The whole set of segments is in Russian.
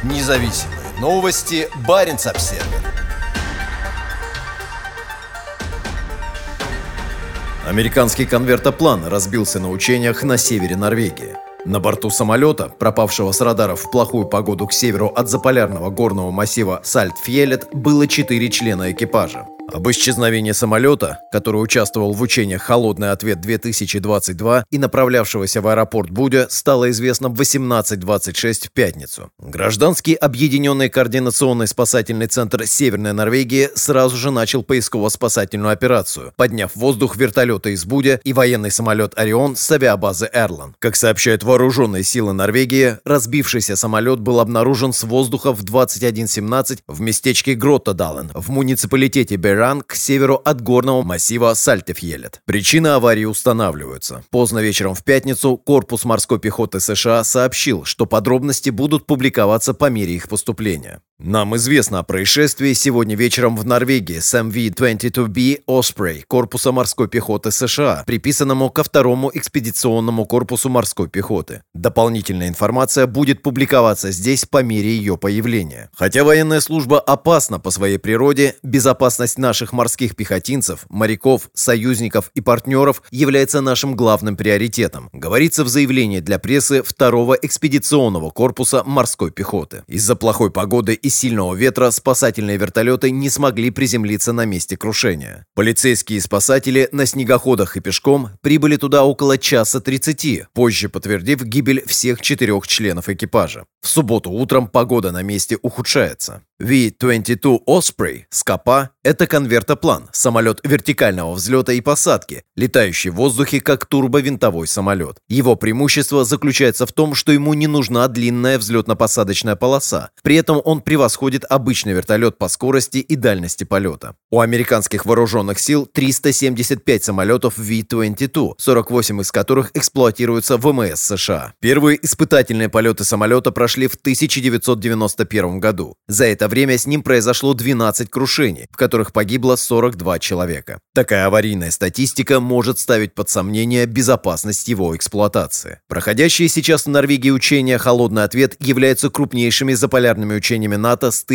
Независимые новости. Баренц-Обсервер. Американский конвертоплан разбился на учениях на севере Норвегии. На борту самолета, пропавшего с радаров в плохую погоду к северу от заполярного горного массива Сальтфьеллет, было 4 члена экипажа. Об исчезновении самолета, который участвовал в учениях «Холодный ответ-2022» и направлявшегося в аэропорт Будя, стало известно в 18:26 в пятницу. Гражданский объединенный координационный спасательный центр Северной Норвегии сразу же начал поисково-спасательную операцию, подняв в воздух вертолеты из Будя и военный самолет «Орион» с авиабазы Эрланд. Как сообщают вооруженные силы Норвегии, разбившийся самолет был обнаружен с воздуха в 21:17 в местечке Гроттадален в муниципалитете Беран к северу от горного массива Сальтфьеллет. Причины аварии устанавливаются. Поздно вечером в пятницу Корпус морской пехоты США сообщил, что подробности будут публиковаться по мере их поступления. Нам известно о происшествии сегодня вечером в Норвегии с MV-22B Osprey Корпуса морской пехоты США, приписанному ко второму экспедиционному корпусу морской пехоты. Дополнительная информация будет публиковаться здесь по мере ее появления. Хотя военная служба опасна по своей природе, безопасность наших морских пехотинцев, моряков, союзников и партнеров является нашим главным приоритетом, говорится в заявлении для прессы второго экспедиционного корпуса морской пехоты. Из-за плохой погоды и сильного ветра спасательные вертолеты не смогли приземлиться на месте крушения. Полицейские и спасатели на снегоходах и пешком прибыли туда около 1:30, позже подтвердив гибель всех 4 членов экипажа. В субботу утром погода на месте ухудшается. V-22 Osprey Скопа – это конвертоплан, самолет вертикального взлета и посадки, летающий в воздухе как турбовинтовой самолет. Его преимущество заключается в том, что ему не нужна длинная взлетно-посадочная полоса. При этом он превосходит обычный вертолет по скорости и дальности полета. У американских вооруженных сил 375 самолетов V-22, 48 из которых эксплуатируются ВМС США. Первые испытательные полеты самолета прошли в 1991 году. За это время с ним произошло 12 крушений, в которых погибло 42 человека. Такая аварийная статистика может ставить под сомнение безопасность его эксплуатации. Проходящие сейчас в Норвегии учения «Холодный ответ» являются крупнейшими заполярными учениями НАТО с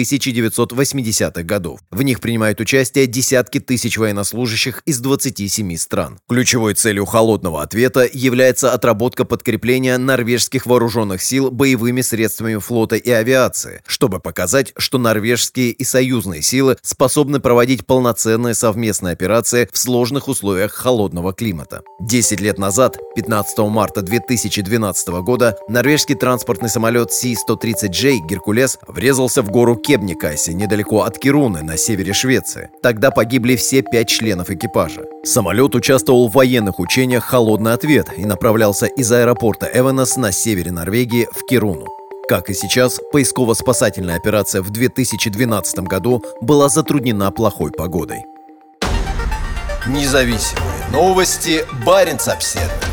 1980-х годов. В них принимают участие десятки тысяч военнослужащих из 27 стран. Ключевой целью «Холодного ответа» является отработка подкрепления норвежских вооруженных сил боевыми средствами флота и авиации, чтобы показать, что норвежские и союзные силы способны проводить полноценные совместные операции в сложных условиях холодного климата. 10 лет назад, 15 марта 2012 года, норвежский транспортный самолет Си-130J «Геркулес» врезался в гору Кебникаси недалеко от Кируны на севере Швеции. Тогда погибли все 5 членов экипажа. Самолет участвовал в военных учениях «Холодный ответ» и направлялся из аэропорта Эвенес на севере Норвегии в Кируну. Как и сейчас, поисково-спасательная операция в 2012 году была затруднена плохой погодой. Независимые новости. Баренц-Обсервер.